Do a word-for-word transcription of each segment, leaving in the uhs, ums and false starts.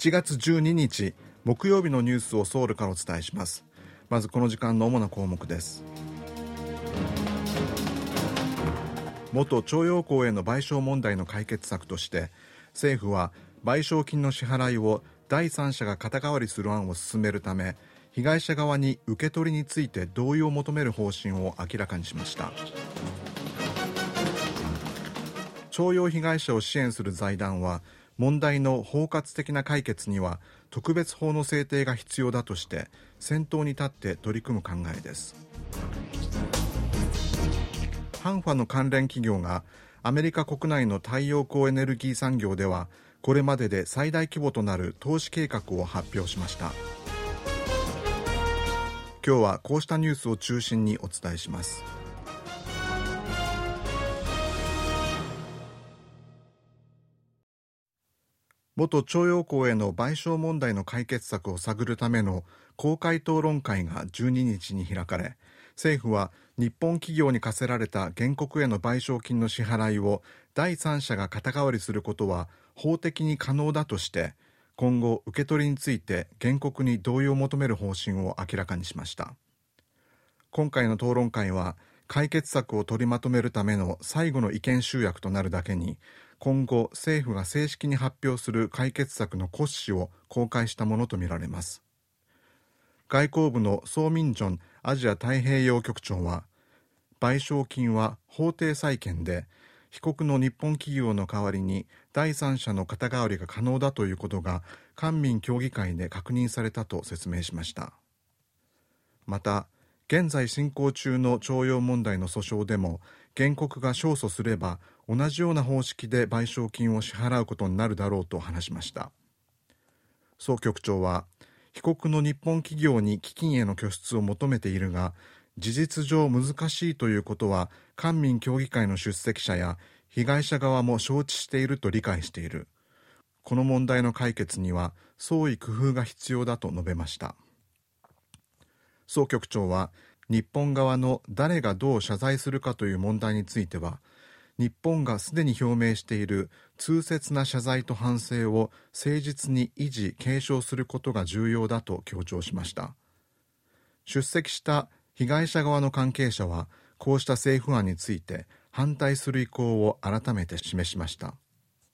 ちがつじゅうににち木曜日のニュースをソウルからお伝えします。まずこの時間の主な項目です。元徴用工への賠償問題の解決策として政府は賠償金の支払いを第三者が肩代わりする案を進めるため、被害者側に受け取りについて同意を求める方針を明らかにしました。徴用被害者を支援する財団は問題の包括的な解決には特別法の制定が必要だとして先頭に立って取り組む考えです。ハンファの関連企業がアメリカ国内の太陽光エネルギー産業ではこれまでで最大規模となる投資計画を発表しました。今日はこうしたニュースを中心にお伝えします。元徴用工への賠償問題の解決策を探るための公開討論会がじゅうににちに開かれ、政府は日本企業に課せられた原告への賠償金の支払いを第三者が肩代わりすることは法的に可能だとして、今後受け取りについて原告に同意を求める方針を明らかにしました。今回の討論会は解決策を取りまとめるための最後の意見集約となるだけに、今後政府が正式に発表する解決策の骨子を公開したものとみられます。外交部のソー・ミンジョンアジア太平洋局長は、賠償金は法定債権で被告の日本企業の代わりに第三者の肩代わりが可能だということが官民協議会で確認されたと説明しました。また、現在進行中の徴用問題の訴訟でも原告が勝訴すれば同じような方式で賠償金を支払うことになるだろうと話しました。ソ局長は、被告の日本企業に基金への拠出を求めているが、事実上難しいということは官民協議会の出席者や被害者側も承知していると理解している。この問題の解決には創意工夫が必要だと述べました。ソ局長は、日本側の誰がどう謝罪するかという問題については、日本がすでに表明している痛切な謝罪と反省を誠実に維持・継承することが重要だと強調しました。出席した被害者側の関係者は、こうした政府案について反対する意向を改めて示しました。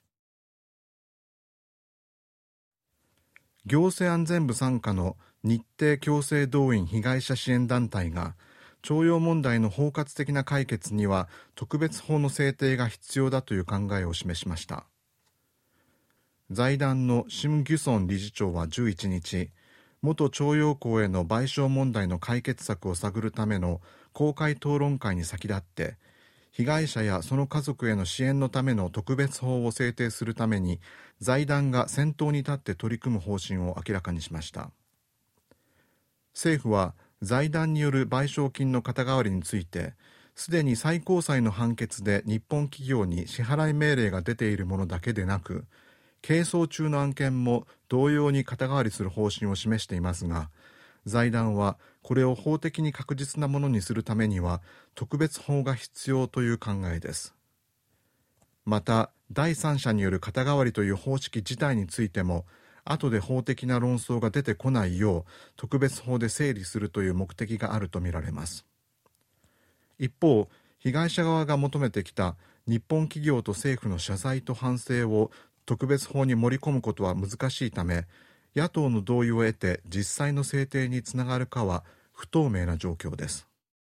行政安全部傘下の日程強制動員被害者支援団体が、徴用問題の包括的な解決には特別法の制定が必要だという考えを示しました。財団のシム・ギュソン理事長はじゅういちにち、元徴用工への賠償問題の解決策を探るための公開討論会に先立って、被害者やその家族への支援のための特別法を制定するために財団が先頭に立って取り組む方針を明らかにしました。政府は財団による賠償金の肩代わりについて、すでに最高裁の判決で日本企業に支払い命令が出ているものだけでなく、係争中の案件も同様に肩代わりする方針を示していますが、財団はこれを法的に確実なものにするためには特別法が必要という考えです。また、第三者による肩代わりという方式自体についても、後で法的な論争が出てこないよう特別法で整理するという目的があるとみられます。一方、被害者側が求めてきた日本企業と政府の謝罪と反省を特別法に盛り込むことは難しいため、野党の同意を得て実際の制定につながるかは不透明な状況です。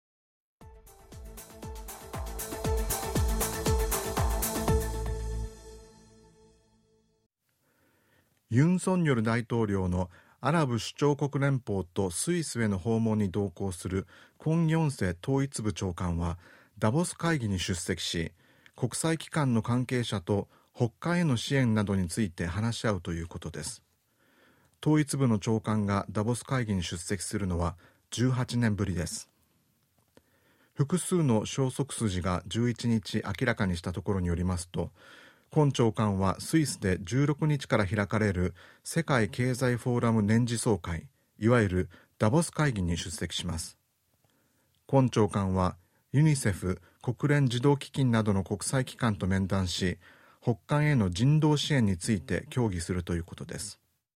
ユン・ソンニョル大統領のアラブ首長国連邦とスイスへの訪問に同行するクォン・ヨンセ統一部長官はダボス会議に出席し、国際機関の関係者と北海への支援などについて話し合うということです。統一部の長官がダボス会議に出席するのはじゅうはちねんぶりです。複数の消息筋がじゅういちにち明らかにしたところによりますと、クォン長官はスイスでじゅうろくにちから開かれる世界経済フォーラム年次総会、いわゆるダボス会議に出席します。クォン長官はユニセフ、国連児童基金などの国際機関と面談し、北韓への人道支援について協議するということです。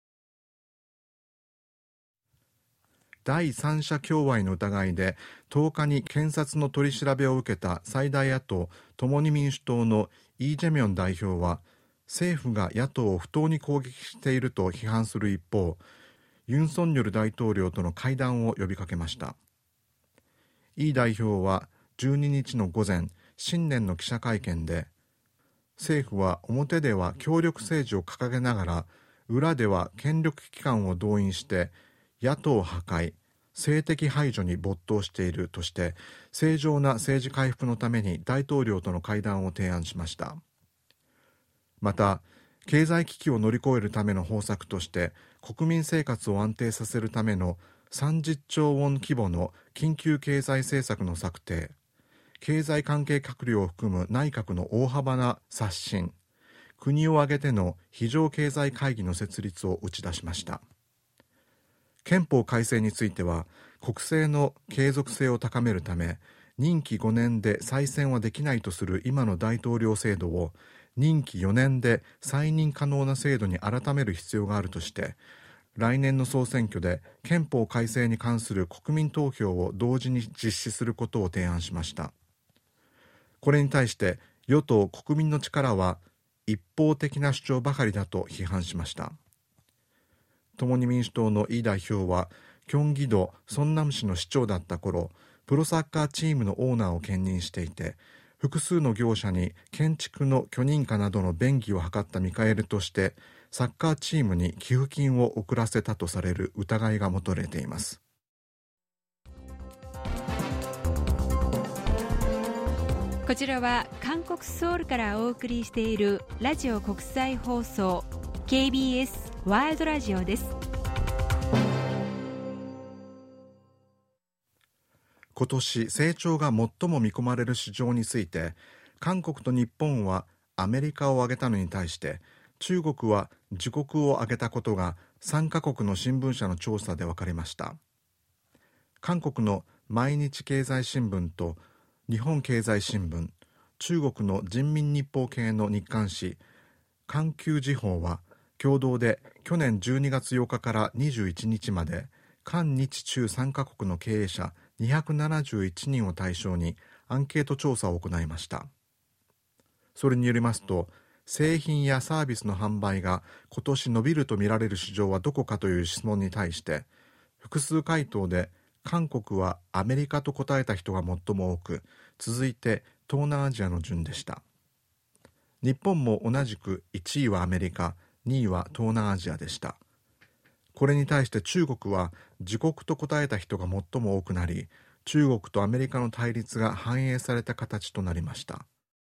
第三者供賄の疑いでとおかに検察の取り調べを受けた最大野党共に民主党のイ・ジェミョン代表は、政府が野党を不当に攻撃していると批判する一方、ユン・ソンニョル大統領との会談を呼びかけました。イ代表はじゅうににちの午前、新年の記者会見で、政府は表では協力政治を掲げながら、裏では権力機関を動員して野党破壊、政敵排除に没頭しているとして、正常な政治回復のために大統領との会談を提案しました。また、経済危機を乗り越えるための方策として、国民生活を安定させるためのさんじゅっちょうウォン規模の緊急経済政策の策定、経済関係閣僚を含む内閣の大幅な刷新、国を挙げての非常経済会議の設立を打ち出しました。憲法改正については、国政の継続性を高めるため、任期ごねんで再選はできないとする今の大統領制度を、任期よねんで再任可能な制度に改める必要があるとして、来年の総選挙で憲法改正に関する国民投票を同時に実施することを提案しました。これに対して与党国民の力は一方的な主張ばかりだと批判しました。共に民主党のイ代表は、キョンギ道ソンナム市の市長だった頃、プロサッカーチームのオーナーを兼任していて、複数の業者に建築の許認可などの便宜を図った見返りとして、サッカーチームに寄付金を送らせたとされる疑いが持たれています。 こちらは韓国ソウルからお送りしているラジオ国際放送 ケービーエス ワールドラジオです。 今年成長が最も見込まれる市場について、韓国と日本はアメリカを挙げたのに対して、中国は自国を挙げたことがさんカ国の新聞社の調査で分かりました。韓国の毎日経済新聞と日本経済新聞、中国の人民日報系の日刊紙環球時報は共同で去年じゅうにがつようかからにじゅういちにちまで、韓日中さんカ国の経営者にひゃくななじゅういちにんを対象にアンケート調査を行いました。それによりますと、製品やサービスの販売が今年伸びるとみられる市場はどこかという質問に対して、複数回答で韓国はアメリカと答えた人が最も多く、続いて東南アジアの順でした。日本も同じくいちいはアメリカ、にいは東南アジアでした。これに対して中国は自国と答えた人が最も多くなり、中国とアメリカの対立が反映された形となりました。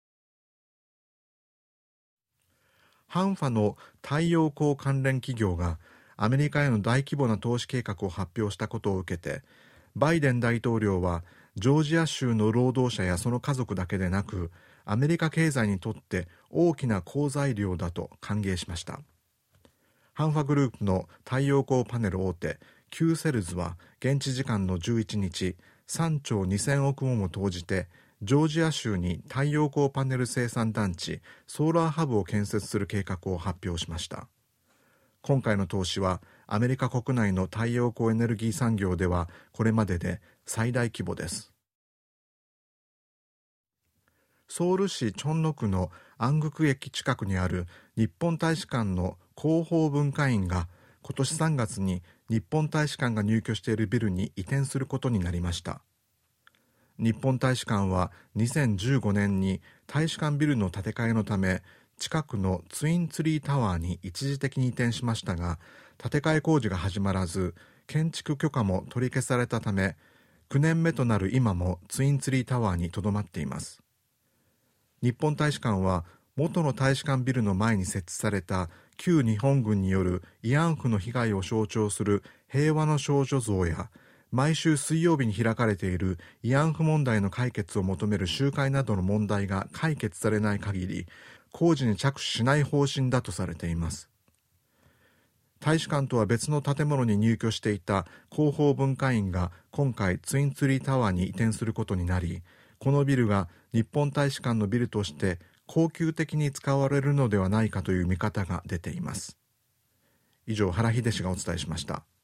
ハンファの太陽光関連企業がアメリカへの大規模な投資計画を発表したことを受けて、バイデン大統領はジョージア州の労働者やその家族だけでなく、アメリカ経済にとって大きな好材料だと歓迎しました。ハンファグループの太陽光パネル大手 Q セルズは現地時間のじゅういちにち、さんちょうにせんおくウォンを投じてジョージア州に太陽光パネル生産団地ソーラーハブを建設する計画を発表しました。今回の投資はアメリカ国内の太陽光エネルギー産業ではこれまでで最大規模です。ソウル市チョンノ区の安国駅近くにある日本大使館の広報文化院が今年さんがつに日本大使館が入居しているビルに移転することになりました。日本大使館はにせんじゅうごねんに大使館ビルの建て替えのため近くのツインツリータワーに一時的に移転しましたが、建て替え工事が始まらず建築許可も取り消されたため、きゅうねんめとなる今もツインツリータワーにとどまっています。日本大使館は元の大使館ビルの前に設置された旧日本軍による慰安婦の被害を象徴する平和の少女像や、毎週水曜日に開かれている慰安婦問題の解決を求める集会などの問題が解決されない限り工事に着手しない方針だとされています。大使館とは別の建物に入居していた広報文化院が今回ツインツリータワーに移転することになり、このビルが日本大使館のビルとして恒久的に使われるのではないかという見方が出ています。以上、原秀氏がお伝えしました。